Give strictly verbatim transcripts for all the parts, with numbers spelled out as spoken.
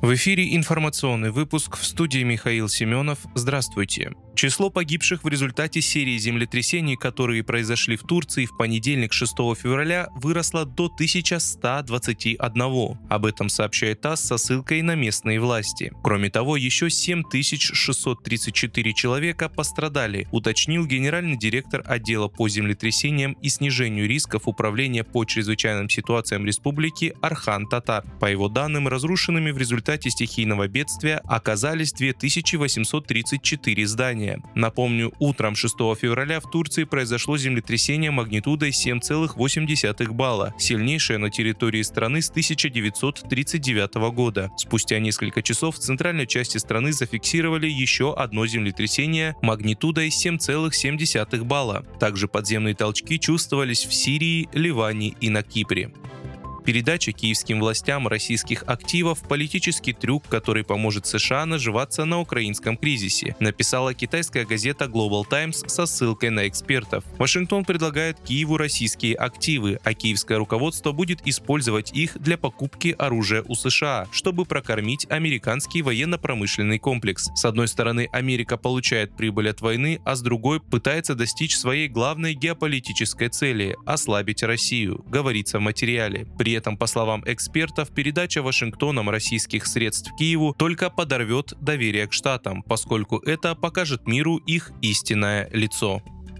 В эфире информационный выпуск, в студии Михаил Семенов. Здравствуйте. Число погибших в результате серии землетрясений, которые произошли в Турции в понедельник, шестого февраля, выросло до тысячи ста двадцати одного. Об этом сообщает ТАСС со ссылкой на местные власти. Кроме того, еще семь тысяч шестьсот тридцать четыре человека пострадали, уточнил генеральный директор отдела по землетрясениям и снижению рисков управления по чрезвычайным ситуациям республики Архан Татар. По его данным, разрушенными в результате стихийного бедствия оказались две тысячи восемьсот тридцать четыре здания. Напомню, утром шестого февраля в Турции произошло землетрясение магнитудой семь целых восемь десятых балла, сильнейшее на территории страны с тысяча девятьсот тридцать девятого года. Спустя несколько часов в центральной части страны зафиксировали еще одно землетрясение магнитудой семь целых семь десятых балла. Также подземные толчки чувствовались в Сирии, Ливане и на Кипре. Передача киевским властям российских активов – политический трюк, который поможет США наживаться на украинском кризисе, написала китайская газета Global Times со ссылкой на экспертов. Вашингтон предлагает Киеву российские активы, а киевское руководство будет использовать их для покупки оружия у США, чтобы прокормить американский военно-промышленный комплекс. С одной стороны, Америка получает прибыль от войны, а с другой пытается достичь своей главной геополитической цели – ослабить Россию, говорится в материале. При При этом, по словам экспертов, передача Вашингтоном российских средств Киеву только подорвет доверие к Штатам, поскольку это покажет миру их истинное лицо.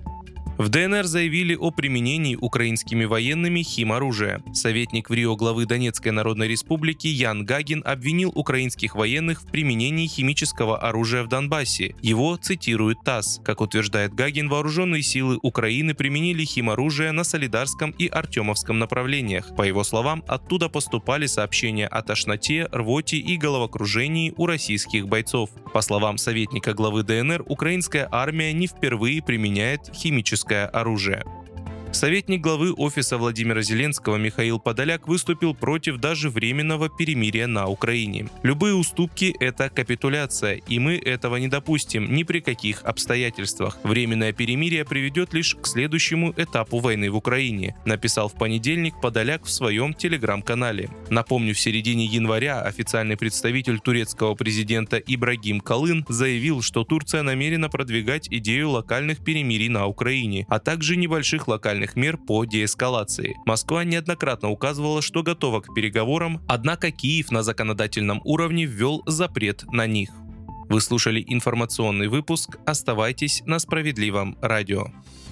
В ДНР заявили о применении украинскими военными химоружия. Советник в Рио главы Донецкой Народной Республики Ян Гагин обвинил украинских военных в применении химического оружия в Донбассе. Его цитирует ТАСС. Как утверждает Гагин, вооруженные силы Украины применили химоружие на Солидарском и Артемовском направлениях. По его словам, оттуда поступали сообщения о тошноте, рвоте и головокружении у российских бойцов. По словам советника главы ДНР, украинская армия не впервые применяет химическое оружие. Советник главы офиса Владимира Зеленского Михаил Подоляк выступил против даже временного перемирия на Украине. Любые уступки – это капитуляция, и мы этого не допустим ни при каких обстоятельствах. Временное перемирие приведет лишь к следующему этапу войны в Украине, написал в понедельник Подоляк в своем телеграм-канале. Напомню, в середине января официальный представитель турецкого президента Ибрагим Калын заявил, что Турция намерена продвигать идею локальных перемирий на Украине, а также небольших локальных мер по деэскалации. Москва неоднократно указывала, что готова к переговорам, однако Киев на законодательном уровне ввел запрет на них. Вы слушали информационный выпуск. Оставайтесь на Справедливом радио.